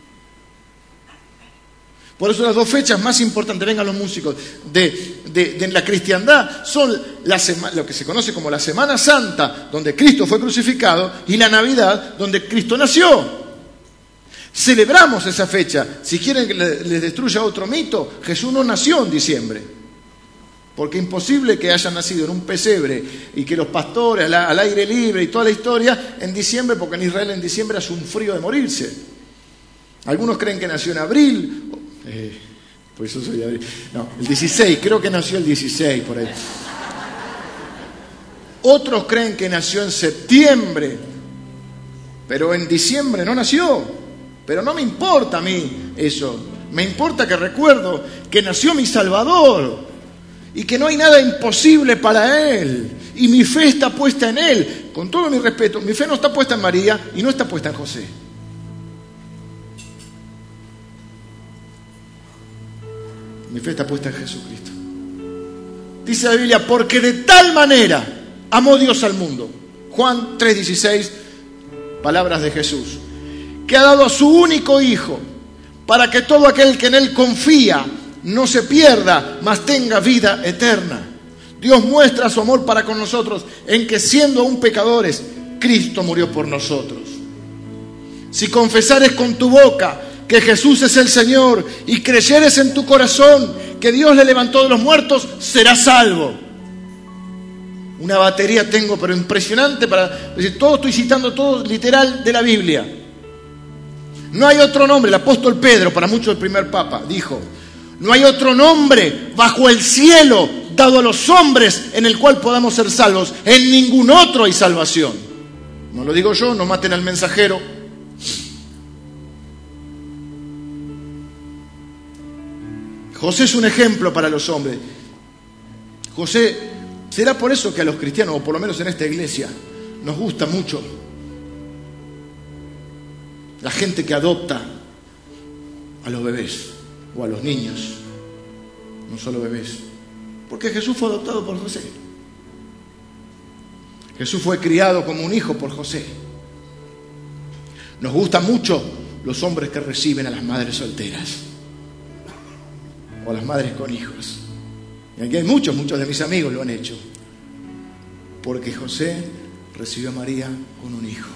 Por eso las 2 fechas más importantes, vengan los músicos, de la cristiandad son lo que se conoce como la Semana Santa, donde Cristo fue crucificado, y la Navidad, donde Cristo nació. Celebramos esa fecha. Si quieren que les destruya otro mito, Jesús no nació en diciembre. Porque es imposible que haya nacido en un pesebre y que los pastores al aire libre y toda la historia en diciembre, porque en Israel en diciembre hace un frío de morirse. Algunos creen que nació en abril. Pues yo soy de abril. No, el 16, creo que nació el 16 por ahí. Otros creen que nació en septiembre, pero en diciembre no nació. Pero no me importa a mí eso. Me importa que recuerdo que nació mi Salvador y que no hay nada imposible para Él. Y mi fe está puesta en Él. Con todo mi respeto, mi fe no está puesta en María y no está puesta en José. Mi fe está puesta en Jesucristo. Dice la Biblia: porque de tal manera amó Dios al mundo. Juan 3:16, palabras de Jesús, que ha dado a su único Hijo, para que todo aquel que en Él confía no se pierda, mas tenga vida eterna. Dios muestra su amor para con nosotros en que, siendo aún pecadores, Cristo murió por nosotros. Si confesares con tu boca que Jesús es el Señor y creyeres en tu corazón que Dios le levantó de los muertos, serás salvo. Una batería tengo, pero impresionante, para decir, todo estoy citando todo literal de la Biblia. No hay otro nombre. El apóstol Pedro, para muchos el primer papa, dijo: no hay otro nombre bajo el cielo dado a los hombres en el cual podamos ser salvos. En ningún otro hay salvación. No lo digo yo, no maten al mensajero. José es un ejemplo para los hombres. José, será por eso que a los cristianos, o por lo menos en esta iglesia, nos gusta mucho la gente que adopta a los bebés o a los niños, no solo bebés, porque Jesús fue adoptado por José. Jesús fue criado como un hijo por José. Nos gustan mucho los hombres que reciben a las madres solteras o a las madres con hijos. Y aquí hay muchos de mis amigos lo han hecho, porque José recibió a María con un hijo.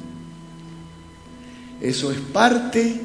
Eso es parte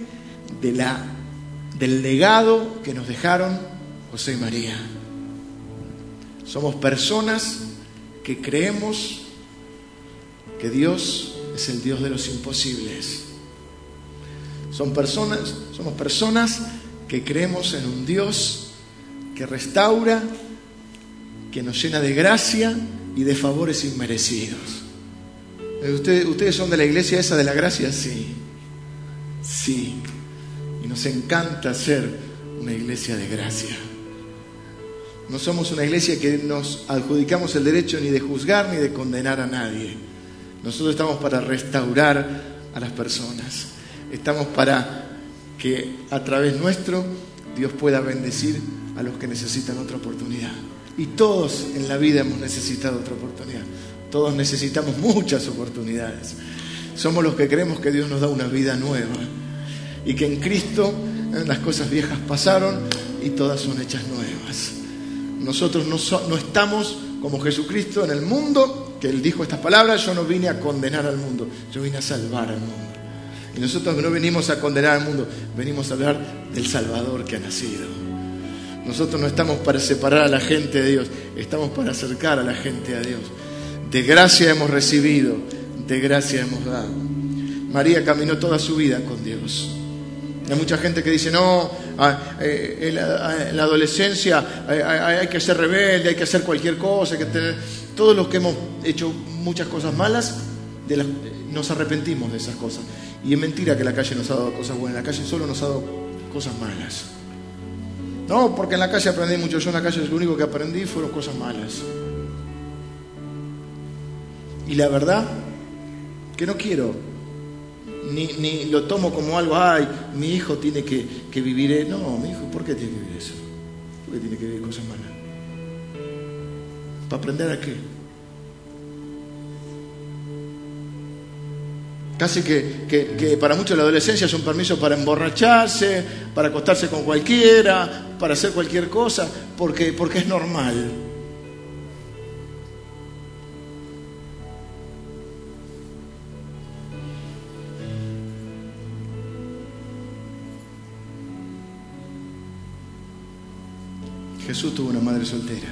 del legado que nos dejaron José y María. Somos personas que creemos que Dios es el Dios de los imposibles. Somos personas que creemos en un Dios que restaura, que nos llena de gracia y de favores inmerecidos. ¿Ustedes son de la iglesia esa de la gracia? Sí. Sí. Y nos encanta ser una iglesia de gracia. No somos una iglesia que nos adjudicamos el derecho ni de juzgar ni de condenar a nadie. Nosotros estamos para restaurar a las personas. Estamos para que a través nuestro Dios pueda bendecir a los que necesitan otra oportunidad. Y todos en la vida hemos necesitado otra oportunidad. Todos necesitamos muchas oportunidades. Somos los que creemos que Dios nos da una vida nueva y que en Cristo las cosas viejas pasaron y todas son hechas nuevas. Nosotros no estamos como Jesucristo en el mundo, que Él dijo estas palabras: yo no vine a condenar al mundo, yo vine a salvar al mundo. Y nosotros no venimos a condenar al mundo, venimos a hablar del Salvador que ha nacido. Nosotros no estamos para separar a la gente de Dios, estamos para acercar a la gente a Dios. De gracia hemos recibido, de gracia hemos dado. María caminó toda su vida con Dios. Hay mucha gente que dice: no, en la adolescencia hay que ser rebelde, hay que hacer cualquier cosa, hay que tener... Todos los que hemos hecho muchas cosas malas, nos arrepentimos de esas cosas. Y es mentira que la calle nos ha dado cosas buenas, la calle solo nos ha dado cosas malas. No, porque en la calle aprendí mucho. Yo en la calle lo único que aprendí fueron cosas malas. Y la verdad que no quiero, ni lo tomo como algo: ay, mi hijo tiene que vivir. No, mi hijo, ¿por qué tiene que vivir eso? ¿Por qué tiene que vivir cosas malas? ¿Para aprender a qué? Casi que para muchos la adolescencia es un permiso para emborracharse, para acostarse con cualquiera, para hacer cualquier cosa, porque es normal. Jesús tuvo una madre soltera.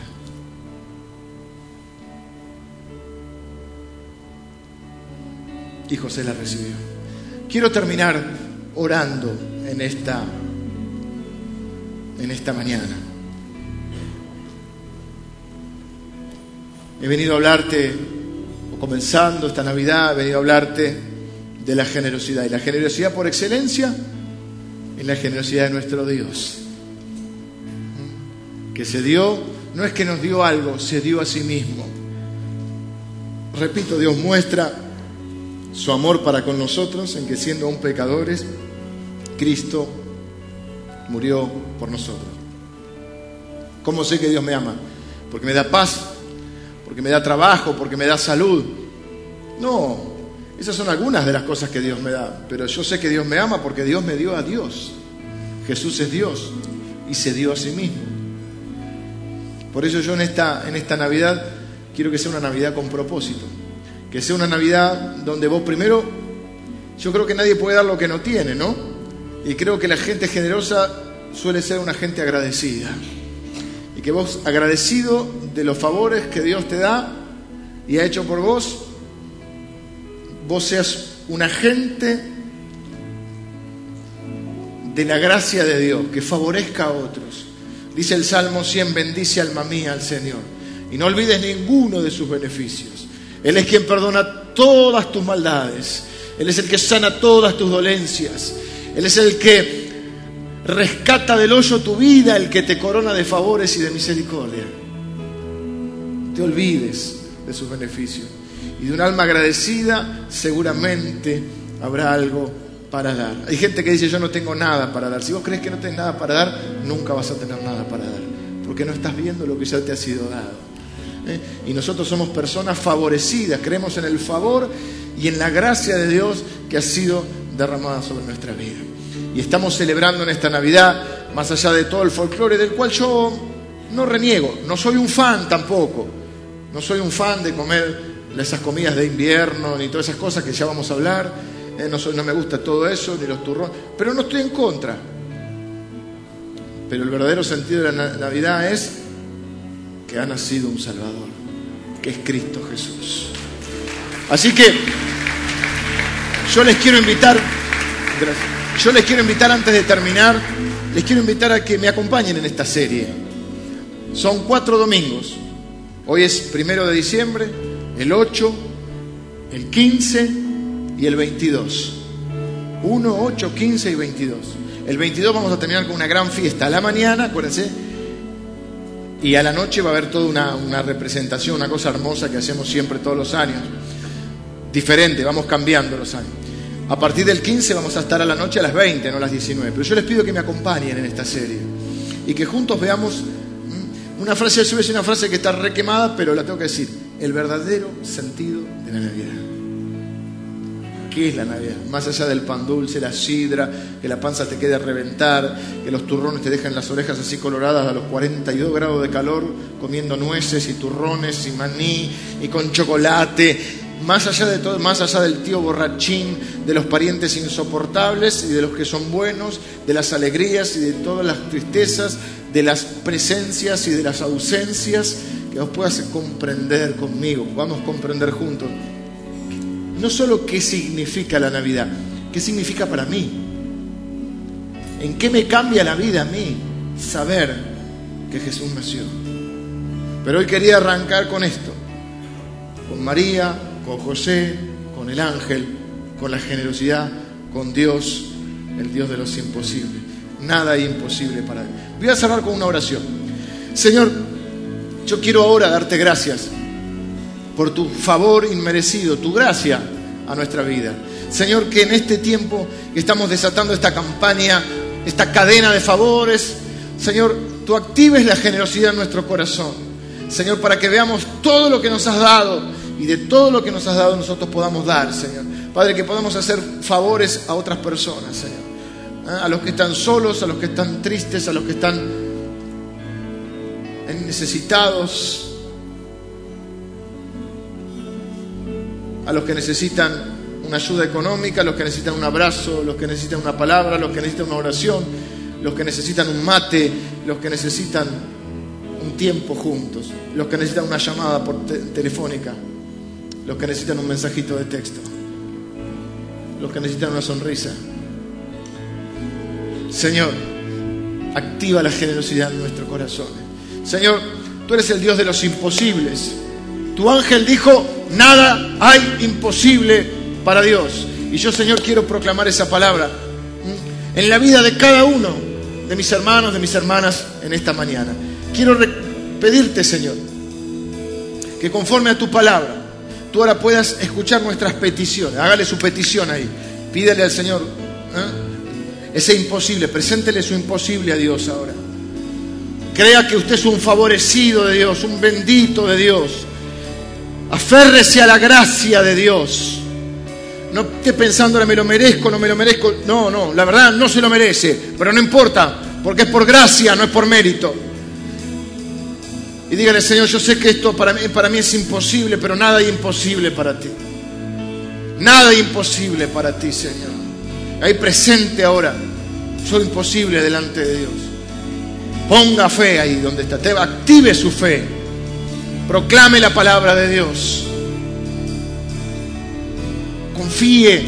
Y José la recibió. Quiero terminar orando en esta mañana. He venido a hablarte, o comenzando esta Navidad, he venido a hablarte de la generosidad. Y la generosidad por excelencia es la generosidad de nuestro Dios. Que se dio, no es que nos dio algo, se dio a sí mismo. Repito, Dios muestra su amor para con nosotros en que, siendo aún pecadores, Cristo murió por nosotros. ¿Cómo sé que Dios me ama? Porque me da paz, porque me da trabajo, porque me da salud. No, esas son algunas de las cosas que Dios me da. Pero yo sé que Dios me ama porque Dios me dio a Dios. Jesús es Dios y se dio a sí mismo. Por eso yo en esta Navidad quiero que sea una Navidad con propósito. Que sea una Navidad donde vos primero, yo creo que nadie puede dar lo que no tiene, ¿no? Y creo que la gente generosa suele ser una gente agradecida. Y que vos, agradecido de los favores que Dios te da y ha hecho por vos, vos seas un agente de la gracia de Dios, que favorezca a otros. Dice el Salmo 100, bendice alma mía al Señor. Y no olvides ninguno de sus beneficios. Él es quien perdona todas tus maldades. Él es el que sana todas tus dolencias. Él es el que rescata del hoyo tu vida, el que te corona de favores y de misericordia. Te olvides de sus beneficios. Y de un alma agradecida seguramente habrá algo para dar. Hay gente que dice: yo no tengo nada para dar. Si vos crees que no tenés nada para dar, nunca vas a tener nada para dar, porque no estás viendo lo que ya te ha sido dado. Y nosotros somos personas favorecidas, creemos en el favor y en la gracia de Dios que ha sido derramada sobre nuestra vida. Y estamos celebrando en esta Navidad, más allá de todo el folclore del cual yo no reniego, no soy un fan tampoco, no soy un fan de comer esas comidas de invierno ni todas esas cosas que ya vamos a hablar, no me gusta todo eso, ni los turrones, pero no estoy en contra. Pero el verdadero sentido de la Navidad es que ha nacido un Salvador, que es Cristo Jesús. Así que yo les quiero invitar antes de terminar, les quiero invitar a que me acompañen en esta serie. Son 4 domingos. Hoy es 1 de diciembre, el 8, el 15 y el 22. 1, 8, 15 y 22. El 22 vamos a terminar con una gran fiesta a la mañana, acuérdense. Y a la noche va a haber toda una representación, una cosa hermosa que hacemos siempre todos los años. diferente, vamos cambiando los años. A partir del 15 vamos a estar a la noche a las 20, no a las 19. Pero yo les pido que me acompañen en esta serie y que juntos veamos una frase, yo es una frase que está requemada, pero la tengo que decir: el verdadero sentido de la Navidad. ¿Qué es la Navidad? Más allá del pan dulce, la sidra, que la panza te quede a reventar, que los turrones te dejen las orejas así coloradas a los 42 grados de calor, comiendo nueces y turrones y maní y con chocolate. Más allá de todo, más allá del tío borrachín, de los parientes insoportables y de los que son buenos, de las alegrías y de todas las tristezas, de las presencias y de las ausencias, que vos puedas comprender conmigo, podamos comprender juntos. No solo qué significa la Navidad, qué significa para mí. ¿En qué me cambia la vida a mí saber que Jesús nació? Pero hoy quería arrancar con esto, con María, con José, con el ángel, con la generosidad, con Dios, el Dios de los imposibles. Nada es imposible para Él. Voy a cerrar con una oración. Señor, yo quiero ahora darte gracias por tu favor inmerecido, tu gracia a nuestra vida. Señor, que en este tiempo que estamos desatando esta campaña, esta cadena de favores, Señor, tú actives la generosidad en nuestro corazón. Señor, para que veamos todo lo que nos has dado y de todo lo que nos has dado nosotros podamos dar, Señor. Padre, que podamos hacer favores a otras personas, Señor. A los que están solos, a los que están tristes, a los que están necesitados, a los que necesitan una ayuda económica, a los que necesitan un abrazo, los que necesitan una palabra, los que necesitan una oración, los que necesitan un mate, los que necesitan un tiempo juntos, los que necesitan una llamada telefónica, los que necesitan un mensajito de texto, los que necesitan una sonrisa. Señor, activa la generosidad en nuestro corazón. Señor, tú eres el Dios de los imposibles. Tu ángel dijo: nada hay imposible para Dios. Y yo, Señor, quiero proclamar esa palabra en la vida de cada uno de mis hermanos, de mis hermanas en esta mañana. Quiero pedirte, Señor, que conforme a tu palabra, tú ahora puedas escuchar nuestras peticiones. Hágale su petición ahí. Pídele al Señor ese imposible. Preséntele su imposible a Dios ahora. Crea que usted es un favorecido de Dios, un bendito de Dios. Aférrese a la gracia de Dios. No esté pensando, ahora me lo merezco, no me lo merezco. No, la verdad no se lo merece, pero no importa, porque es por gracia, no es por mérito. Y dígale: Señor, yo sé que esto para mí es imposible, pero nada es imposible para ti. Nada es imposible para ti, Señor. Ahí presente ahora, soy imposible delante de Dios. Ponga fe ahí donde está, active su fe. Proclame la palabra de Dios. Confíe.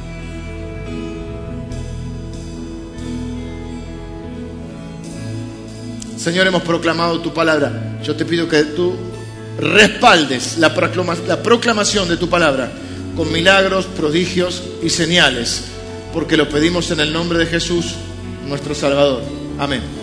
Señor, hemos proclamado tu palabra. Yo te pido que tú respaldes la proclamación de tu palabra con milagros, prodigios y señales, porque lo pedimos en el nombre de Jesús, nuestro Salvador. Amén.